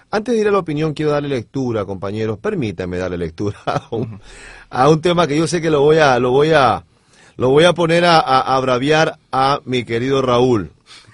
Antes de ir a la opinión, quiero darle lectura, compañeros, permítanme darle lectura a un tema que yo sé que lo voy a poner a braviar a mi querido Raúl.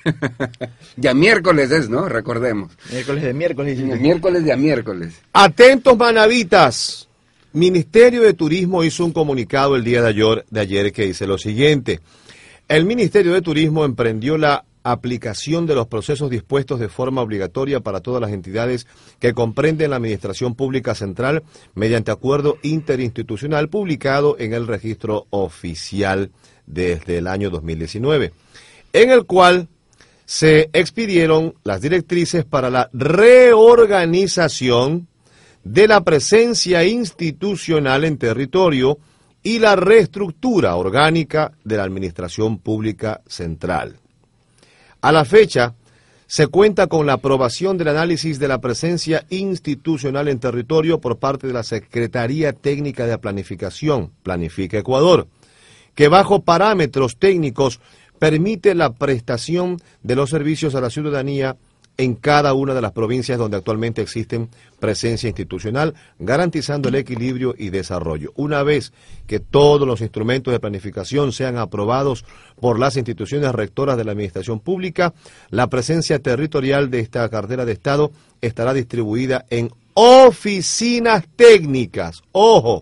Ya miércoles es, ¿no? Recordemos. Miércoles de miércoles. Miércoles de a miércoles. Atentos, manavitas. Ministerio de Turismo hizo un comunicado el día de ayer que dice lo siguiente. El Ministerio de Turismo emprendió la aplicación de los procesos dispuestos de forma obligatoria para todas las entidades que comprenden la Administración Pública Central mediante acuerdo interinstitucional publicado en el registro oficial desde el año 2019, en el cual se expidieron las directrices para la reorganización de la presencia institucional en territorio y la reestructura orgánica de la Administración Pública Central. A la fecha, se cuenta con la aprobación del análisis de la presencia institucional en territorio por parte de la Secretaría Técnica de Planificación, Planifica Ecuador, que bajo parámetros técnicos permite la prestación de los servicios a la ciudadanía en cada una de las provincias donde actualmente existen presencia institucional, garantizando el equilibrio y desarrollo. Una vez que todos los instrumentos de planificación sean aprobados por las instituciones rectoras de la Administración Pública, la presencia territorial de esta cartera de Estado estará distribuida en oficinas técnicas, ojo,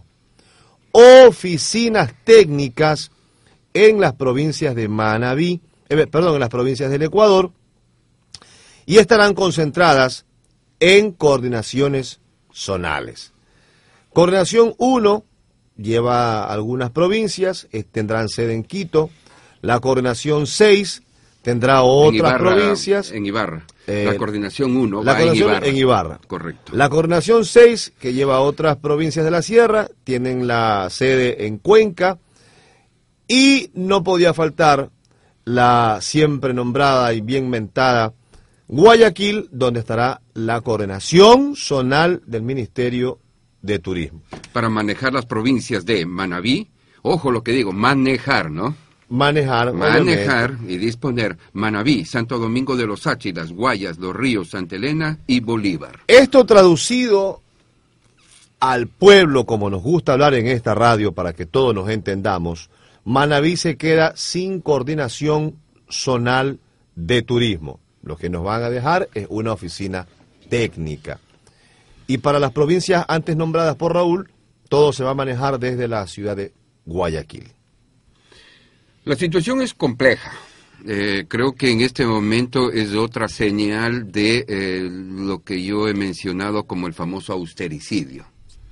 oficinas técnicas en las provincias de Manabí, en las provincias del Ecuador, y estarán concentradas en coordinaciones zonales. Coordinación 1 lleva algunas provincias, tendrán sede en Quito. La coordinación 6 tendrá otras provincias. En Ibarra. La coordinación 1 va en Ibarra. Correcto. La coordinación 6, que lleva a otras provincias de la Sierra, tienen la sede en Cuenca. Y no podía faltar la siempre nombrada y bien mentada Guayaquil, donde estará la coordinación zonal del Ministerio de Turismo. Para manejar las provincias de Manabí, ojo lo que digo, manejar, ¿no? Manejar y disponer Manabí, Santo Domingo de los Áchilas, Guayas, Los Ríos, Santa Elena y Bolívar. Esto traducido al pueblo, como nos gusta hablar en esta radio para que todos nos entendamos, Manabí se queda sin coordinación zonal de turismo. Lo que nos van a dejar es una oficina técnica. Y para las provincias antes nombradas por Raúl, todo se va a manejar desde la ciudad de Guayaquil. La situación es compleja. Creo que en este momento es otra señal de lo que yo he mencionado como el famoso austericidio.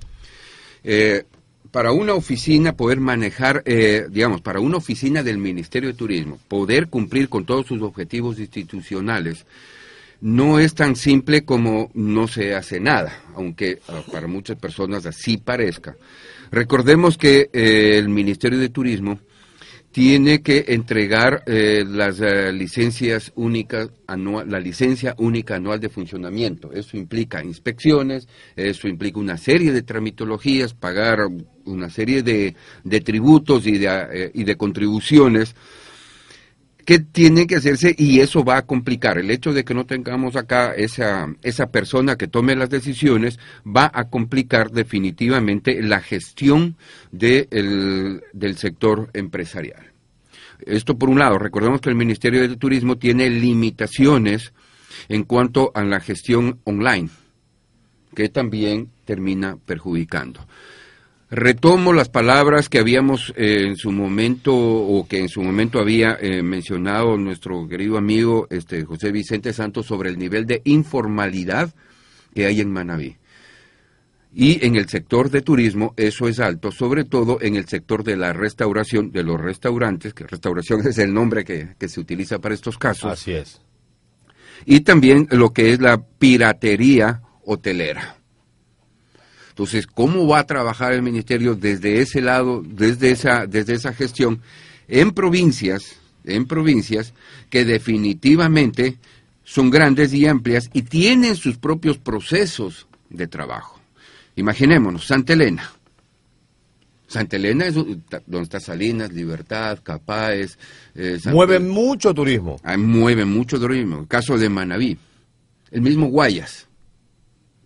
Para una oficina poder manejar, para una oficina del Ministerio de Turismo, poder cumplir con todos sus objetivos institucionales, no es tan simple como no se hace nada, aunque para muchas personas así parezca. Recordemos que el Ministerio de Turismo tiene que entregar las licencias únicas la licencia única anual de funcionamiento. Eso implica inspecciones, eso implica una serie de tramitologías, pagar una serie de tributos y de contribuciones que tienen que hacerse, y eso va a complicar. El hecho de que no tengamos acá esa persona que tome las decisiones va a complicar definitivamente la gestión del sector empresarial. Esto por un lado. Recordemos que el Ministerio de Turismo tiene limitaciones en cuanto a la gestión online, que también termina perjudicando. Retomo las palabras que habíamos en su momento había mencionado nuestro querido amigo José Vicente Santos sobre el nivel de informalidad que hay en Manabí. Y en el sector de turismo eso es alto, sobre todo en el sector de la restauración, de los restaurantes, que restauración es el nombre que se utiliza para estos casos. Así es. Y también lo que es la piratería hotelera. Entonces, ¿cómo va a trabajar el ministerio desde ese lado, desde esa gestión, en provincias que definitivamente son grandes y amplias y tienen sus propios procesos de trabajo? Imaginémonos, Santa Elena. Santa Elena es donde está Salinas, Libertad, Capáez. Mueven mucho turismo. Mueven mucho turismo. El caso de Manabí. El mismo Guayas.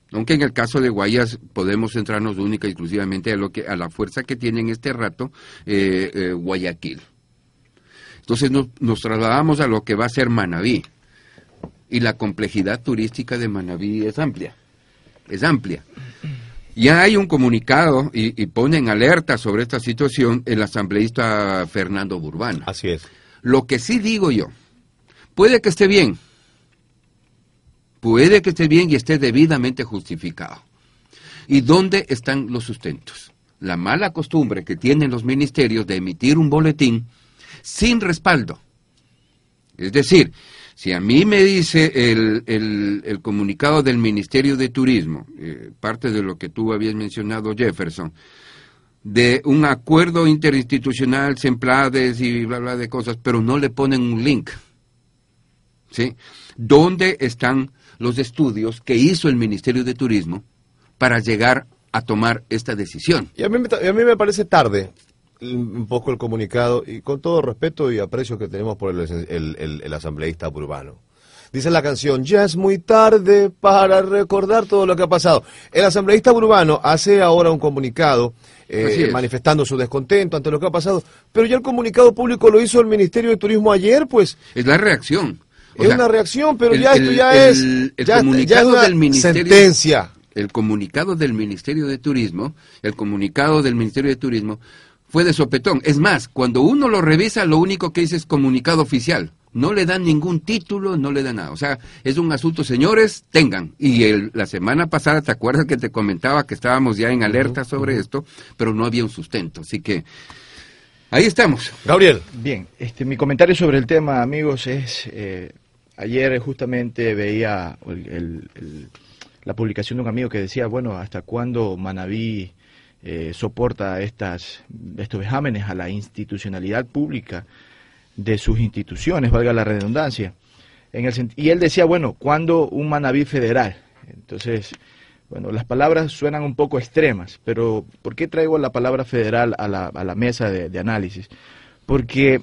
Aunque en el caso de Guayas podemos centrarnos única y exclusivamente a la fuerza que tiene en este rato Guayaquil. Entonces nos trasladamos a lo que va a ser Manabí. Y la complejidad turística de Manabí es amplia. Es amplia. Ya hay un comunicado y pone en alerta sobre esta situación el asambleísta Fernando Burbano. Así es. Lo que sí digo yo, puede que esté bien. Puede que esté bien y esté debidamente justificado. ¿Y dónde están los sustentos? La mala costumbre que tienen los ministerios de emitir un boletín sin respaldo. Es decir, si a mí me dice el comunicado del Ministerio de Turismo, parte de lo que tú habías mencionado, Jefferson, de un acuerdo interinstitucional, Semplades y bla, bla de cosas, pero no le ponen un link, ¿sí? ¿Dónde están los estudios que hizo el Ministerio de Turismo para llegar a tomar esta decisión? Y a mí me parece tarde un poco el comunicado, y con todo respeto y aprecio que tenemos por el asambleísta Burbano. Dice la canción, ya es muy tarde para recordar todo lo que ha pasado. El asambleísta Burbano hace ahora un comunicado manifestando su descontento ante lo que ha pasado, pero ya el comunicado público lo hizo el Ministerio de Turismo ayer, pues. Es la reacción. Es una reacción, pero esto ya es una sentencia. El comunicado del Ministerio de Turismo, fue de sopetón. Es más, cuando uno lo revisa, lo único que dice es comunicado oficial. No le dan ningún título, no le dan nada. O sea, es un asunto, señores, tengan. Y la semana pasada, ¿te acuerdas que te comentaba que estábamos ya en alerta sobre esto? Pero no había un sustento. Así que ahí estamos. Gabriel. Bien, mi comentario sobre el tema, amigos, es... ayer justamente veía la publicación de un amigo que decía, bueno, ¿hasta cuándo Manabí soporta estos vejámenes a la institucionalidad pública de sus instituciones, valga la redundancia? Y él decía, bueno, ¿cuándo un Manabí federal? Entonces, bueno, las palabras suenan un poco extremas, pero ¿por qué traigo la palabra federal a la mesa de análisis? Porque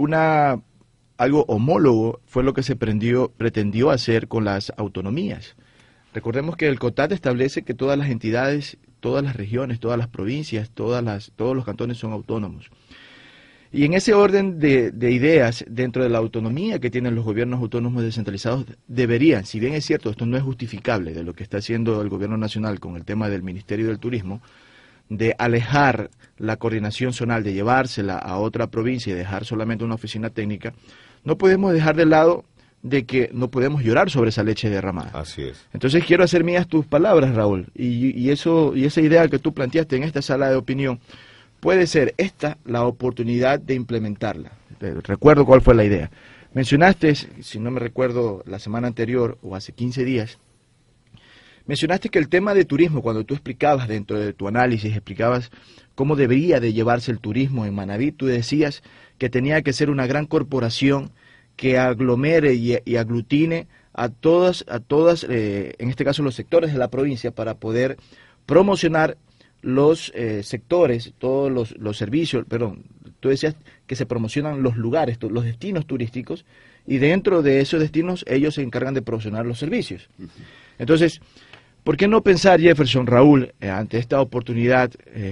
algo homólogo fue lo que se pretendió hacer con las autonomías. Recordemos que el COTAT establece que todas las entidades, todas las regiones, todas las provincias, todos los cantones son autónomos. Y en ese orden de ideas, dentro de la autonomía que tienen los gobiernos autónomos descentralizados, deberían, si bien es cierto, esto no es justificable de lo que está haciendo el gobierno nacional con el tema del Ministerio del Turismo, de alejar la coordinación zonal, de llevársela a otra provincia y dejar solamente una oficina técnica, no podemos dejar de lado de que no podemos llorar sobre esa leche derramada. Así es. Entonces quiero hacer mías tus palabras, Raúl, y esa idea que tú planteaste en esta sala de opinión, puede ser esta la oportunidad de implementarla. Recuerdo cuál fue la idea. Mencionaste, si no me recuerdo, la semana anterior o hace 15 días, mencionaste que el tema de turismo, cuando tú explicabas dentro de tu análisis, explicabas cómo debería de llevarse el turismo en Manabí, tú decías que tenía que ser una gran corporación que aglomere y aglutine a todas, en este caso los sectores de la provincia, para poder promocionar los sectores, todos los servicios, perdón, tú decías que se promocionan los lugares, los destinos turísticos, y dentro de esos destinos ellos se encargan de promocionar los servicios. Entonces, ¿por qué no pensar, Jefferson, Raúl, ante esta oportunidad,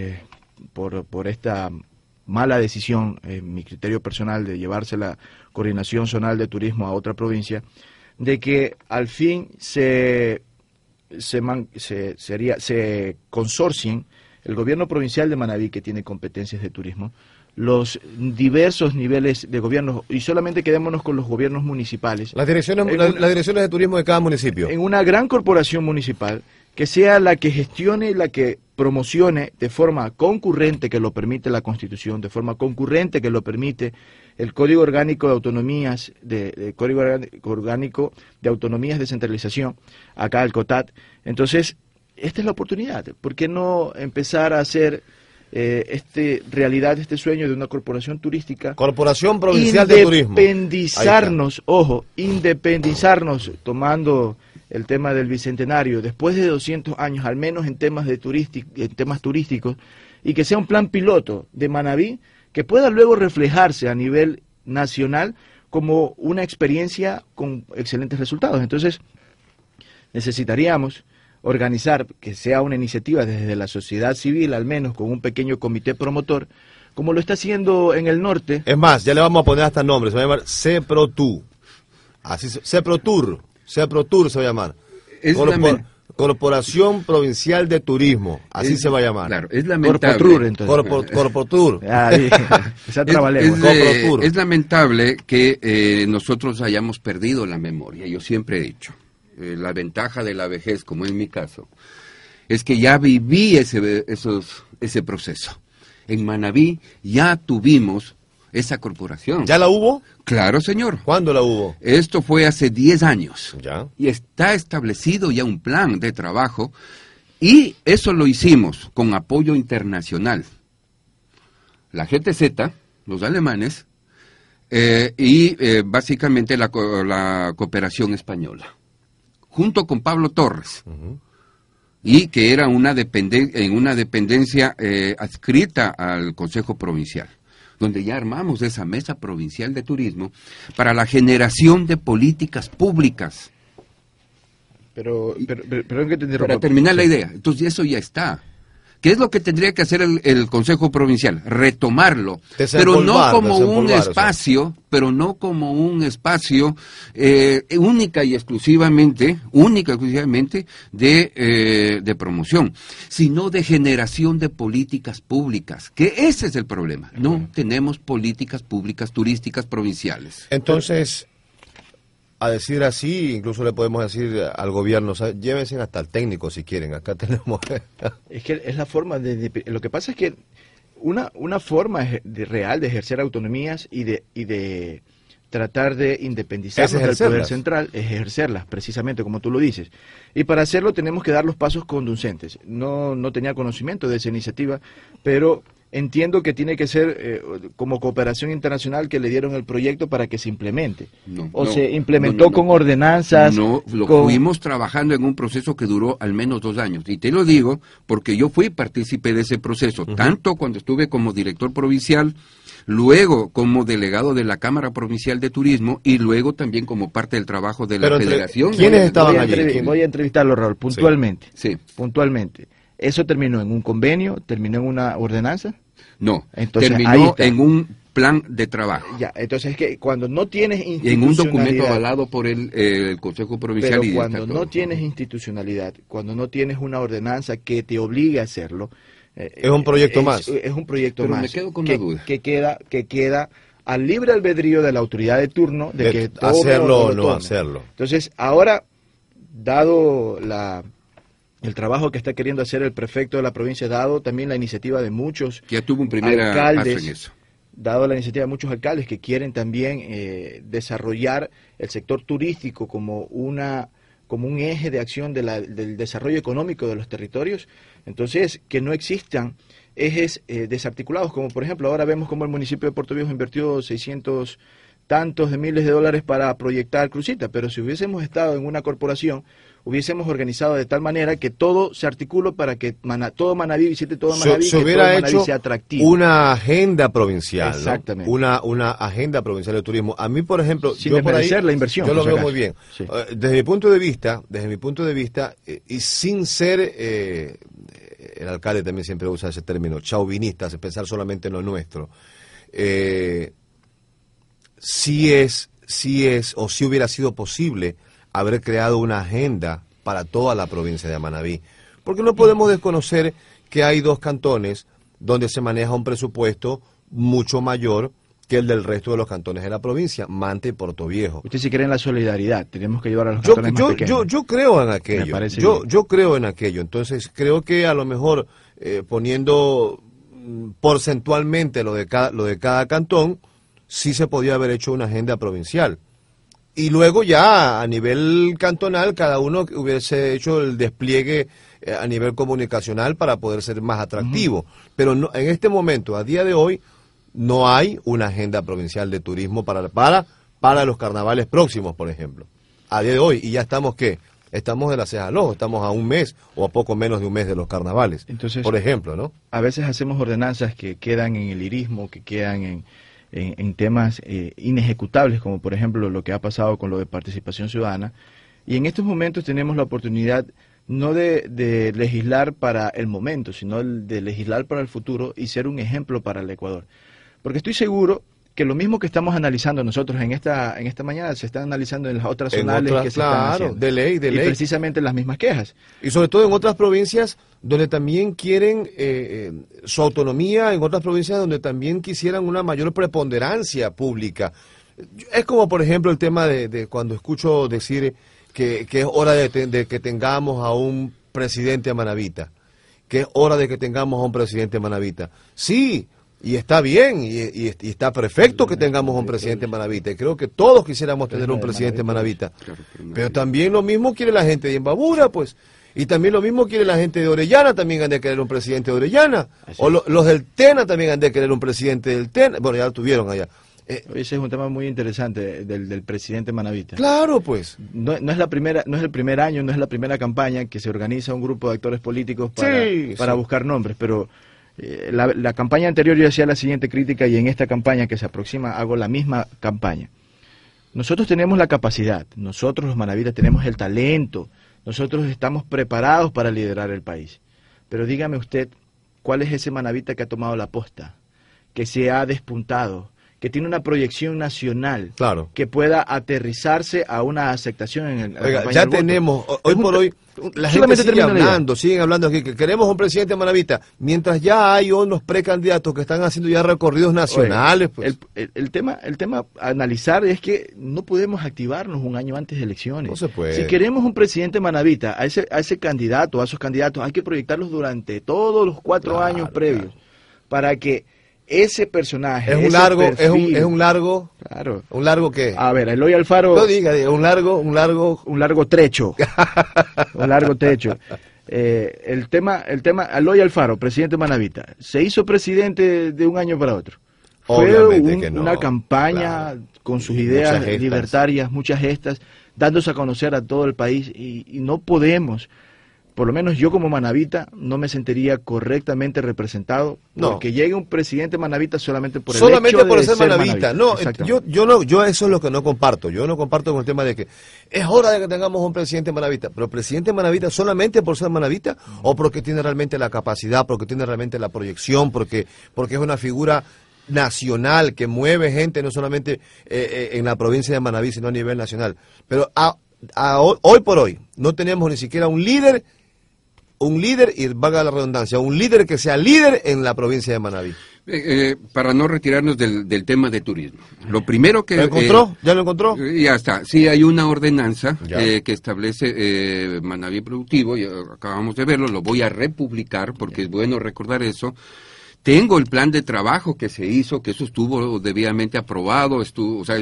por esta mala decisión, mi criterio personal, de llevarse la coordinación zonal de turismo a otra provincia, de que al fin se consorcien el gobierno provincial de Manabí, que tiene competencias de turismo, los diversos niveles de gobierno, y solamente quedémonos con los gobiernos municipales. Las direcciones de turismo de cada municipio. En una gran corporación municipal, que sea la que gestione y la que promocione de forma concurrente, que lo permite la Constitución, de forma concurrente que lo permite el Código Orgánico de Autonomías, Código Orgánico de Autonomías de Centralización, acá el COTAT. Entonces, esta es la oportunidad. ¿Por qué no empezar a hacer realidad este sueño de una corporación turística? Corporación Provincial de Turismo. Independizarnos, tomando el tema del Bicentenario, después de 200 años, al menos en temas turísticos, y que sea un plan piloto de Manabí, que pueda luego reflejarse a nivel nacional como una experiencia con excelentes resultados. Entonces, necesitaríamos organizar, que sea una iniciativa desde la sociedad civil, al menos con un pequeño comité promotor, como lo está haciendo en el norte. Es más, ya le vamos a poner hasta nombre, se va a llamar CEPROTU. Así CEPROTUR se va a llamar. Corporación Provincial de Turismo, así se va a llamar. Claro, es lamentable. Corpotur, entonces. Corpotur. Es lamentable que nosotros hayamos perdido la memoria. Yo siempre he dicho, la ventaja de la vejez, como en mi caso, es que ya viví ese proceso. En Manabí ya tuvimos esa corporación. ¿Ya la hubo? Claro, señor. ¿Cuándo la hubo? Esto fue hace 10 años. Ya. Y está establecido ya un plan de trabajo y eso lo hicimos con apoyo internacional. La GTZ, los alemanes, básicamente la cooperación española, junto con Pablo Torres. Y que era en una dependencia adscrita al Consejo Provincial, donde ya armamos esa mesa provincial de turismo para la generación de políticas públicas. Pero que te interrumpa. Para terminar la idea, entonces eso ya está. ¿Qué es lo que tendría que hacer el Consejo Provincial? Retomarlo, pero no como un espacio, única y exclusivamente de promoción, sino de generación de políticas públicas, que ese es el problema. No tenemos políticas públicas turísticas provinciales. Entonces, a decir así, incluso le podemos decir al gobierno, o sea, llévense hasta el técnico si quieren, acá tenemos... Es que es la forma lo que pasa es que una forma real de ejercer autonomías y de tratar de independizarnos del poder central es ejercerlas, precisamente como tú lo dices. Y para hacerlo tenemos que dar los pasos conducentes. No tenía conocimiento de esa iniciativa, pero entiendo que tiene que ser como cooperación internacional que le dieron el proyecto para que se implemente. Se implementó con ordenanzas. Fuimos trabajando en un proceso que duró al menos 2 años. Y te lo digo porque yo fui partícipe de ese proceso, tanto cuando estuve como director provincial, luego como delegado de la Cámara Provincial de Turismo y luego también como parte del trabajo de la Federación. ¿Quiénes estaban allí? Voy a entrevistarlo, Raúl, puntualmente. Sí. Puntualmente. ¿Eso terminó en un convenio? ¿Terminó en una ordenanza? No, entonces, terminó en un plan de trabajo. Ya, entonces es que cuando no tienes institucionalidad... En un documento avalado por el Consejo Provincial. Pero cuando no tienes institucionalidad, cuando no tienes una ordenanza que te obligue a hacerlo... es un proyecto más. Es un proyecto pero más. Me quedo con la duda. Que queda al libre albedrío de la autoridad de turno de que hacerlo o no hacerlo. Entonces, ahora, dado el trabajo que está queriendo hacer el prefecto de la provincia, dado también la iniciativa de muchos ya tuvo un primer alcaldes, en eso. Dado la iniciativa de muchos alcaldes que quieren también desarrollar el sector turístico como un eje de acción del desarrollo económico de los territorios, entonces que no existan ejes desarticulados, como por ejemplo ahora vemos como el municipio de Puerto Viejo invirtió 600 tantos de miles de dólares para proyectar Crucita, pero si hubiésemos estado en una corporación, hubiésemos organizado de tal manera que todo se articuló para que todo Manabí visite todo Manabí, se hubiera todo hecho sea atractivo. Una agenda provincial, exactamente, ¿no? Una agenda provincial de turismo. A mí, por ejemplo, sin desmerecer la inversión, yo lo veo muy bien. Sí. Desde mi punto de vista, y sin ser el alcalde también siempre usa ese término, chauvinista, pensar solamente en lo nuestro. Sí hubiera sido posible haber creado una agenda para toda la provincia de Manabí. Porque no podemos desconocer que hay 2 cantones donde se maneja un presupuesto mucho mayor que el del resto de los cantones de la provincia, Manta y Puerto Viejo. Usted si cree en la solidaridad, tenemos que ayudar a los cantones más pequeños. Yo creo en aquello. Yo creo en aquello. Entonces creo que a lo mejor poniendo porcentualmente lo de cada cantón, sí se podía haber hecho una agenda provincial. Y luego ya a nivel cantonal cada uno hubiese hecho el despliegue a nivel comunicacional para poder ser más atractivo. Pero no, en este momento, a día de hoy, no hay una agenda provincial de turismo para los carnavales próximos, por ejemplo. A día de hoy, y ya estamos, ¿qué? Estamos de la ceja al ojo, estamos a un mes o a poco menos de un mes de los carnavales, entonces, por ejemplo, ¿no? A veces hacemos ordenanzas que quedan en el lirismo, que quedan en temas inejecutables, como por ejemplo lo que ha pasado con lo de participación ciudadana, y en estos momentos tenemos la oportunidad no de legislar para el momento, sino de legislar para el futuro y ser un ejemplo para el Ecuador. Porque estoy seguro que lo mismo que estamos analizando nosotros en esta mañana se está analizando en las otras zonales que se están haciendo. De ley. Y precisamente las mismas quejas. Y sobre todo en otras provincias donde también quieren su autonomía, en otras provincias donde también quisieran una mayor preponderancia pública. Es como, por ejemplo, el tema de cuando escucho decir que es hora de que tengamos a un presidente manabita, que es hora de que tengamos a un presidente manabita. Sí, y está bien, y está perfecto que tengamos un presidente manabita, y creo que todos quisiéramos tener un presidente manabita. Pero también lo mismo quiere la gente de Imbabura, pues, y también lo mismo quiere la gente de Orellana, también han de querer un presidente de Orellana, o los del Tena también han de querer un presidente del Tena, bueno, ya lo tuvieron allá. Ese es un tema muy interesante del presidente manabita. Claro, pues. No es el primer año, no es la primera campaña que se organiza un grupo de actores políticos para buscar nombres, pero la campaña anterior yo hacía la siguiente crítica y en esta campaña que se aproxima hago la misma campaña. Nosotros tenemos la capacidad, nosotros los manavitas tenemos el talento, nosotros estamos preparados para liderar el país. Pero dígame usted, ¿cuál es ese manavita que ha tomado la posta, que se ha despuntado, que tiene una proyección nacional, claro, que pueda aterrizarse a una aceptación en el Oiga, ya tenemos, hoy por hoy, la gente siguen hablando aquí, que queremos un presidente manavita, mientras ya hay unos precandidatos que están haciendo ya recorridos nacionales. Oiga, pues. El tema a analizar es que no podemos activarnos un año antes de elecciones. No se puede. Si queremos un presidente manavita, a ese candidato, a esos candidatos, hay que proyectarlos durante todos los 4 años previos, para que ese personaje es un largo claro. ¿Un largo qué? A ver, Eloy Alfaro, no diga un largo trecho. Un largo trecho. El tema Eloy Alfaro, presidente manavita, se hizo presidente de un año para otro. Fue una campaña, claro, con sus ideas libertarias, muchas gestas, dándose a conocer a todo el país y no podemos. Por lo menos yo como manavita no me sentiría correctamente representado porque llegue un presidente manavita solamente por el hecho de ser manavita. No, yo eso es lo que no comparto. Yo no comparto con el tema de que es hora de que tengamos un presidente manavita. Pero presidente manavita solamente por ser manavita o porque tiene realmente la capacidad, porque tiene realmente la proyección, porque es una figura nacional que mueve gente no solamente en la provincia de Manabí, sino a nivel nacional. Pero hoy por hoy no tenemos ni siquiera un líder, y valga la redundancia, un líder que sea líder en la provincia de Manabí. Para no retirarnos del tema de turismo. Lo primero que... ¿Ya lo encontró? Ya está. Sí, hay una ordenanza que establece Manabí Productivo, y acabamos de verlo, lo voy a republicar porque es bueno recordar eso. Tengo el plan de trabajo que se hizo, que eso estuvo debidamente aprobado, es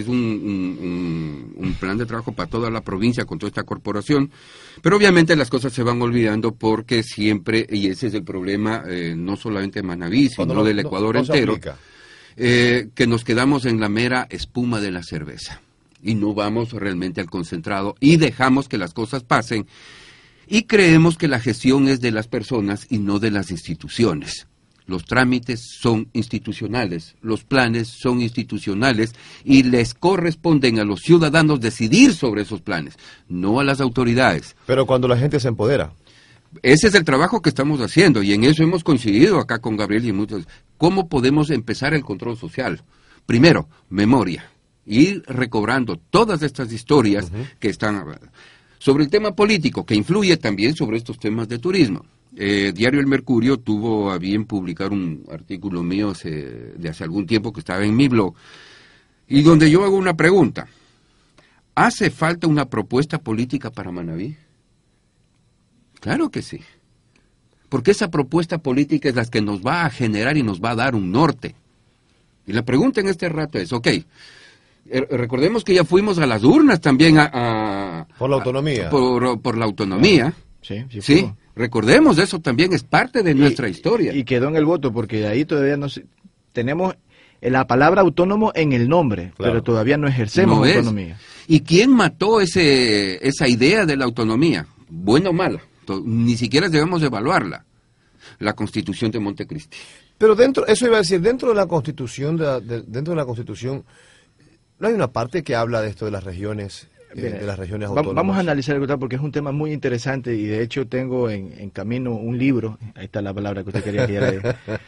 un plan de trabajo para toda la provincia con toda esta corporación, pero obviamente las cosas se van olvidando porque siempre, y ese es el problema, no solamente de Manabí, sino del Ecuador entero, que nos quedamos en la mera espuma de la cerveza y no vamos realmente al concentrado y dejamos que las cosas pasen y creemos que la gestión es de las personas y no de las instituciones. Los trámites son institucionales, los planes son institucionales y les corresponden a los ciudadanos decidir sobre esos planes, no a las autoridades. Pero cuando la gente se empodera. Ese es el trabajo que estamos haciendo y en eso hemos coincidido acá con Gabriel y muchos. ¿Cómo podemos empezar el control social? Primero, memoria, ir recobrando todas estas historias que están sobre el tema político, que influye también sobre estos temas de turismo. Diario El Mercurio tuvo a bien publicar un artículo mío de hace algún tiempo que estaba en mi blog, y donde yo hago una pregunta. ¿Hace falta una propuesta política para Manabí? Claro que sí. Porque esa propuesta política es la que nos va a generar y nos va a dar un norte. Y la pregunta en este rato es, recordemos que ya fuimos a las urnas también por la autonomía. Por la autonomía. Sí. Recordemos, eso también es parte de nuestra historia. Y quedó en el voto, porque de ahí todavía no tenemos la palabra autónomo en el nombre, claro, pero todavía no ejercemos autonomía. ¿Y quién mató esa idea de la autonomía? Buena o mala, ni siquiera debemos evaluarla. La Constitución de Montecristi. Pero dentro de la Constitución, no hay una parte que habla de esto de las regiones de las regiones autónomas. Vamos a analizar el contrato porque es un tema muy interesante y de hecho tengo en camino un libro, ahí está la palabra que usted quería que yo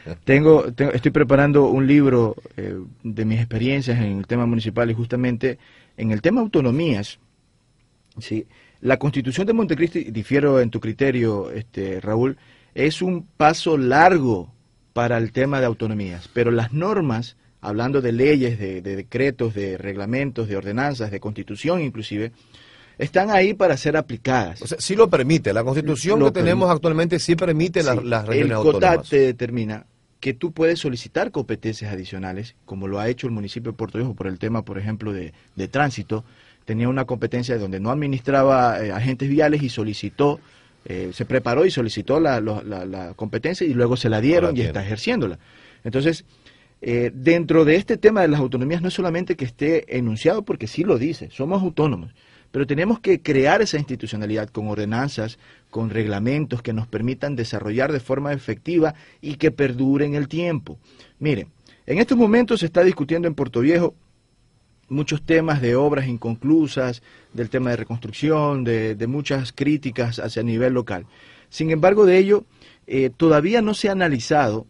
le estoy preparando un libro de mis experiencias en el tema municipal y justamente en el tema autonomías. ¿Sí? La Constitución de Montecristi, difiero en tu criterio, Raúl, es un paso largo para el tema de autonomías, pero las normas, hablando de leyes, de decretos, de reglamentos, de ordenanzas, de constitución inclusive, están ahí para ser aplicadas. O sea, sí lo permite, la Constitución que tenemos actualmente sí permite las regiones autónomas. El COTAD te determina que tú puedes solicitar competencias adicionales, como lo ha hecho el municipio de Puerto Viejo por el tema, por ejemplo, de tránsito. Tenía una competencia donde no administraba agentes viales y solicitó, se preparó y solicitó la competencia y luego se la dieron y está ejerciéndola. Entonces, dentro de este tema de las autonomías no es solamente que esté enunciado porque sí lo dice, somos autónomos, pero tenemos que crear esa institucionalidad con ordenanzas, con reglamentos que nos permitan desarrollar de forma efectiva y que perduren el tiempo. Miren, en estos momentos se está discutiendo en Puerto Viejo muchos temas de obras inconclusas, del tema de reconstrucción, de muchas críticas hacia nivel local. Sin embargo, de ello, todavía no se ha analizado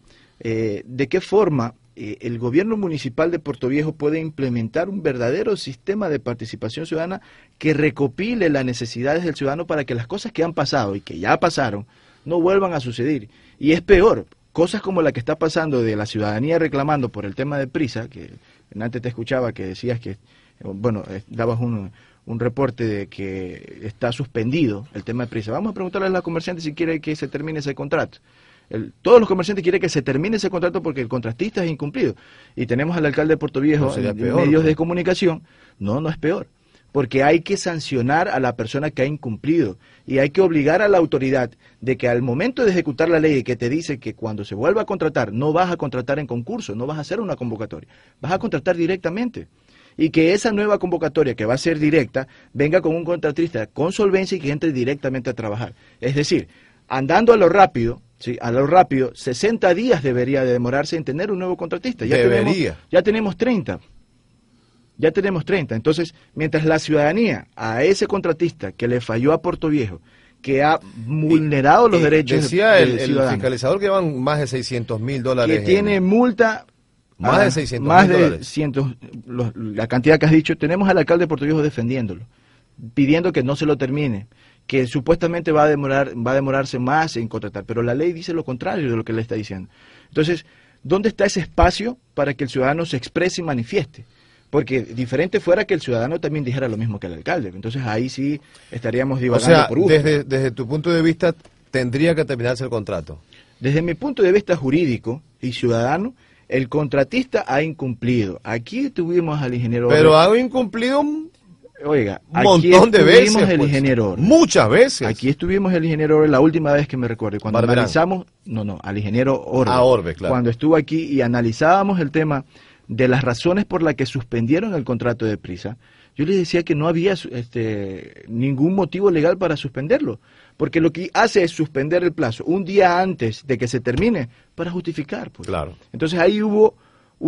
de qué forma el gobierno municipal de Puerto Viejo puede implementar un verdadero sistema de participación ciudadana que recopile las necesidades del ciudadano para que las cosas que han pasado y que ya pasaron no vuelvan a suceder. Y es peor, cosas como la que está pasando de la ciudadanía reclamando por el tema de Prisa, que antes te escuchaba que decías que, bueno, dabas un reporte de que está suspendido el tema de Prisa. Vamos a preguntarle a la comerciante si quiere que se termine ese contrato. Todos los comerciantes quieren que se termine ese contrato porque el contratista es incumplido. Y tenemos al alcalde de Puerto Viejo en medios de comunicación. No es peor. Porque hay que sancionar a la persona que ha incumplido y hay que obligar a la autoridad de que al momento de ejecutar la ley que te dice que cuando se vuelva a contratar, no vas a contratar en concurso, no vas a hacer una convocatoria, vas a contratar directamente. Y que esa nueva convocatoria que va a ser directa venga con un contratista con solvencia y que entre directamente a trabajar. Es decir, andando a lo rápido, ¿sí? A lo rápido, 60 días debería de demorarse en tener un nuevo contratista. Ya tenemos 30. Ya tenemos 30. Entonces, mientras la ciudadanía, a ese contratista que le falló a Puerto Viejo, que ha vulnerado los derechos decía el fiscalizador que van más de $600,000. Que tiene multa... Más de $600,000. La cantidad que has dicho, tenemos al alcalde de Puerto Viejo defendiéndolo, pidiendo que no se lo termine, que supuestamente va a demorarse más en contratar, pero la ley dice lo contrario de lo que le está diciendo. Entonces, ¿dónde está ese espacio para que el ciudadano se exprese y manifieste? Porque diferente fuera que el ciudadano también dijera lo mismo que el alcalde. Entonces ahí sí estaríamos divagando por gusto. Desde tu punto de vista, ¿tendría que terminarse el contrato? Desde mi punto de vista jurídico y ciudadano, el contratista ha incumplido. Aquí tuvimos al ingeniero... Pero ha incumplido un montón de veces. El ingeniero muchas veces. Aquí estuvimos el ingeniero la última vez que me recuerdo. Cuando analizamos... al ingeniero Orbe. Orbe, claro. Cuando estuvo aquí y analizábamos el tema de las razones por las que suspendieron el contrato de Prisa, yo les decía que no había ningún motivo legal para suspenderlo, porque lo que hace es suspender el plazo un día antes de que se termine para justificar. Pues. Claro. Entonces ahí hubo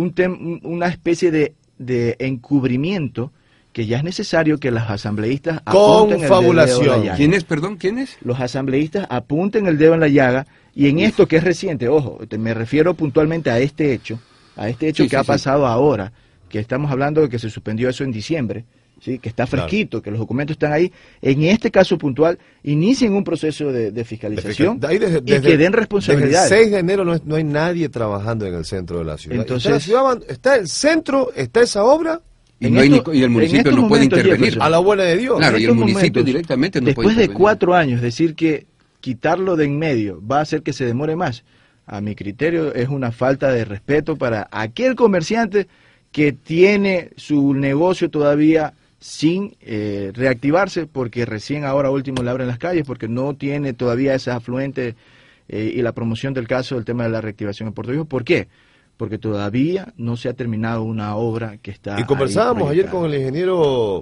una especie de encubrimiento que ya es necesario que los asambleístas apunten el dedo en la llaga. ¿Quién es, perdón? ¿Quién es? Los asambleístas apunten el dedo en la llaga y en esto que es reciente, ojo, me refiero puntualmente a este hecho que ha pasado ahora, que estamos hablando de que se suspendió eso en diciembre, ¿sí? Que está fresquito, que los documentos están ahí. En este caso puntual, inicien un proceso de fiscalización y que den responsabilidades. Desde el 6 de enero no hay nadie trabajando en el centro de la ciudad. Entonces, está el centro, está esa obra... Y el municipio no puede intervenir. A la buena de Dios. Claro, y el municipio directamente no puede intervenir. Después de 4 años, decir que quitarlo de en medio va a hacer que se demore más, a mi criterio es una falta de respeto para aquel comerciante que tiene su negocio todavía sin reactivarse, porque recién ahora último le abren las calles, porque no tiene todavía ese afluente y la promoción del caso del tema de la reactivación en Puerto Rico. ¿Por qué? Porque todavía no se ha terminado una obra que está... Y conversábamos ayer con el ingeniero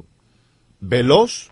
Veloz.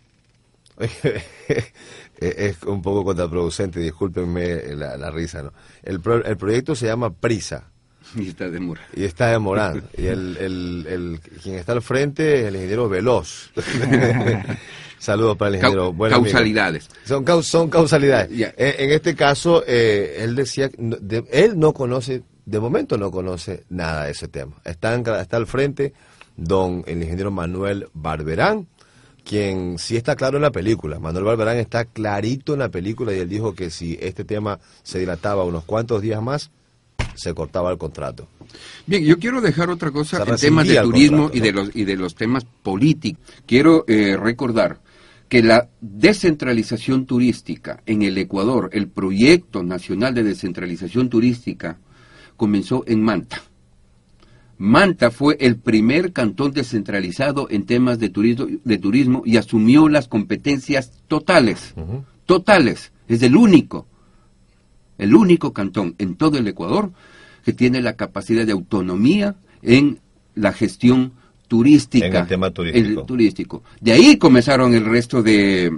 Es un poco contraproducente, discúlpenme la risa, ¿no? El proyecto se llama Prisa. Y está demorando. Y está demorando. Y quien está al frente es el ingeniero Veloz. Saludos para el ingeniero. Causalidades. Son causalidades. Yeah. En este caso, él decía, él no conoce, de momento no conoce nada de ese tema. Está al frente el ingeniero Manuel Barberán, quien sí está claro en la película. Manuel Barberán está clarito en la película y él dijo que si este tema se dilataba unos cuantos días más, se cortaba el contrato. Bien, yo quiero dejar otra cosa en rescindía temas de el turismo contrato, ¿no? y de los temas políticos. Quiero recordar que la descentralización turística en el Ecuador, el proyecto nacional de descentralización turística, comenzó en Manta. Manta fue el primer cantón descentralizado en temas de turismo y asumió las competencias totales. Uh-huh. Totales. Es el único cantón en todo el Ecuador que tiene la capacidad de autonomía en la gestión turística. En el tema turístico. Turístico. De ahí comenzaron el resto de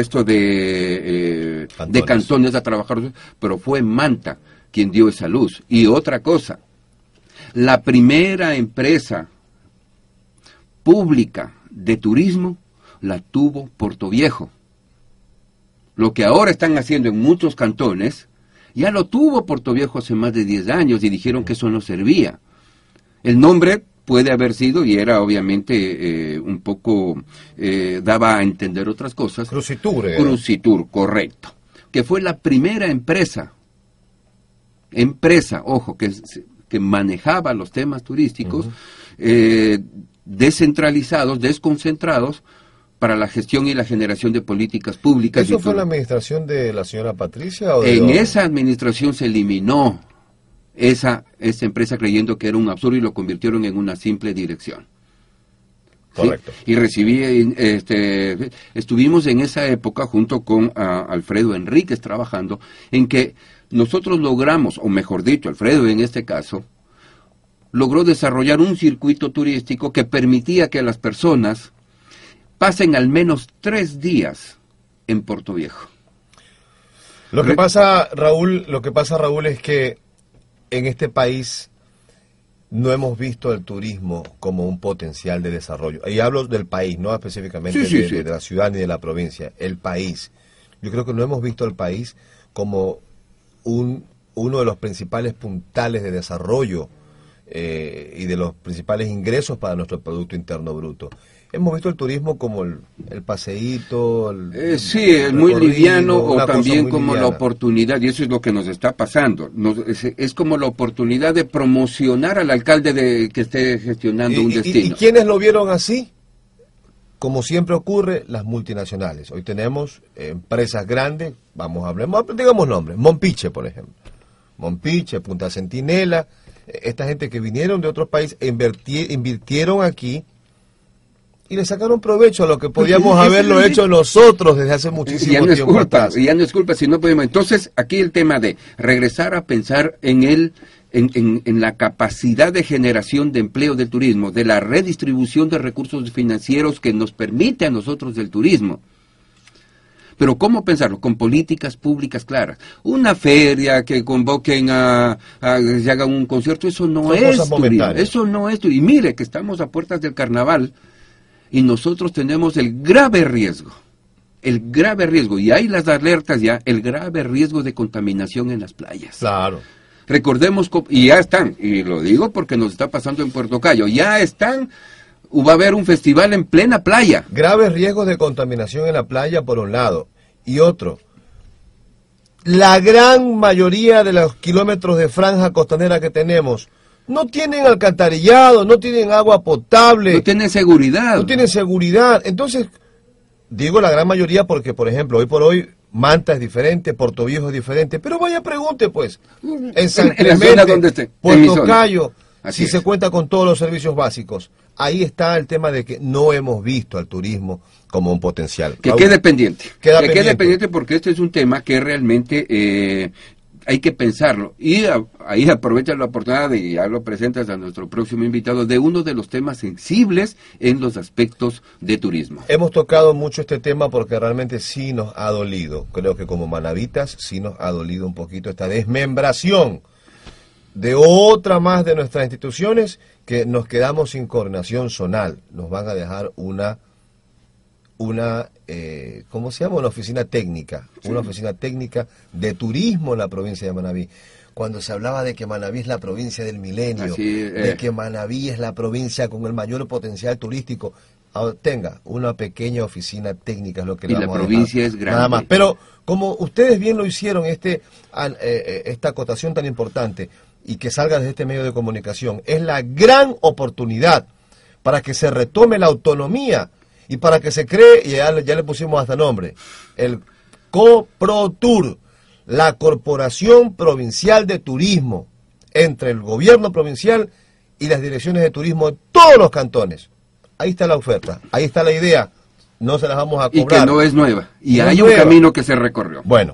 cantones a trabajar, pero fue Manta quien dio esa luz. Y otra cosa, la primera empresa pública de turismo la tuvo Portoviejo. Lo que ahora están haciendo en muchos cantones, ya lo tuvo Portoviejo hace más de 10 años y dijeron que eso no servía. El nombre puede haber sido, y era obviamente un poco, daba a entender otras cosas. Crucitur, correcto. Que fue la primera empresa, ojo, que manejaba los temas turísticos, descentralizados, desconcentrados, para la gestión y la generación de políticas públicas. ¿Eso fue la administración de la señora Patricia? En esa administración se eliminó esa empresa creyendo que era un absurdo y lo convirtieron en una simple dirección. Correcto. ¿Sí? Y estuvimos en esa época junto con Alfredo Enríquez trabajando en que nosotros logramos, o mejor dicho, Alfredo en este caso, logró desarrollar un circuito turístico que permitía que las personas pasen al menos 3 días en Portoviejo. Lo que pasa, Raúl, es que en este país no hemos visto el turismo como un potencial de desarrollo. Y hablo del país, no específicamente de la ciudad ni de la provincia, el país. Yo creo que no hemos visto el país como uno de los principales puntales de desarrollo y de los principales ingresos para nuestro Producto Interno Bruto. Hemos visto el turismo como el paseíto, es muy liviano, o también como liviana. La oportunidad, y eso es lo que nos está pasando. Es como la oportunidad de promocionar al alcalde que esté gestionando un destino. ¿Y quiénes lo vieron así? Como siempre ocurre, las multinacionales. Hoy tenemos empresas grandes, digamos nombres, Mompiche, por ejemplo. Mompiche, Punta Centinela, esta gente que vinieron de otros países, invirtieron aquí, y le sacaron provecho a lo que podíamos haberlo hecho nosotros desde hace muchísimo tiempo atrás. Y ya no es culpa si no podemos. Entonces, aquí el tema de regresar a pensar en la capacidad de generación de empleo del turismo, de la redistribución de recursos financieros que nos permite a nosotros del turismo. Pero ¿cómo pensarlo? Con políticas públicas claras. Una feria que convoquen se haga un concierto, eso no es turismo. Eso no es turismo. Y mire que estamos a puertas del carnaval, y nosotros tenemos el grave riesgo, y hay las alertas ya, el grave riesgo de contaminación en las playas. Claro. Recordemos, y ya están, y lo digo porque nos está pasando en Puerto Cayo, va a haber un festival en plena playa. Graves riesgos de contaminación en la playa por un lado, y otro, la gran mayoría de los kilómetros de franja costanera que tenemos no tienen alcantarillado, no tienen agua potable. No tienen seguridad. Entonces, digo la gran mayoría porque, por ejemplo, hoy por hoy, Manta es diferente, Portoviejo es diferente. Pero vaya, pregunte, pues. En San Clemente, Puerto Cayo, si se cuenta con todos los servicios básicos. Ahí está el tema de que no hemos visto al turismo como un potencial. Que quede pendiente. Quede pendiente porque este es un tema que realmente hay que pensarlo. Y ahí aprovecha la oportunidad y ya lo presentas a nuestro próximo invitado de uno de los temas sensibles en los aspectos de turismo. Hemos tocado mucho este tema porque realmente sí nos ha dolido. Creo que como manavitas sí nos ha dolido un poquito esta desmembración de otra más de nuestras instituciones que nos quedamos sin coordinación zonal. Nos van a dejar una ¿cómo se llama? Una oficina técnica, sí. Una oficina técnica de turismo en la provincia de Manabí. Cuando se hablaba de que Manabí es la provincia del milenio, de que Manabí es la provincia con el mayor potencial turístico, tenga una pequeña oficina técnica, es lo que le vamos a dejar. Y la provincia es grande. Nada más. Pero como ustedes bien lo hicieron, esta acotación tan importante, y que salga desde este medio de comunicación, es la gran oportunidad para que se retome la autonomía y para que se cree, y ya le pusimos hasta nombre, el COPROTUR, la Corporación Provincial de Turismo, entre el gobierno provincial y las direcciones de turismo de todos los cantones. Ahí está la oferta, ahí está la idea, no se las vamos a cobrar. Y que no es nueva, y no hay un camino que se recorrió. Bueno.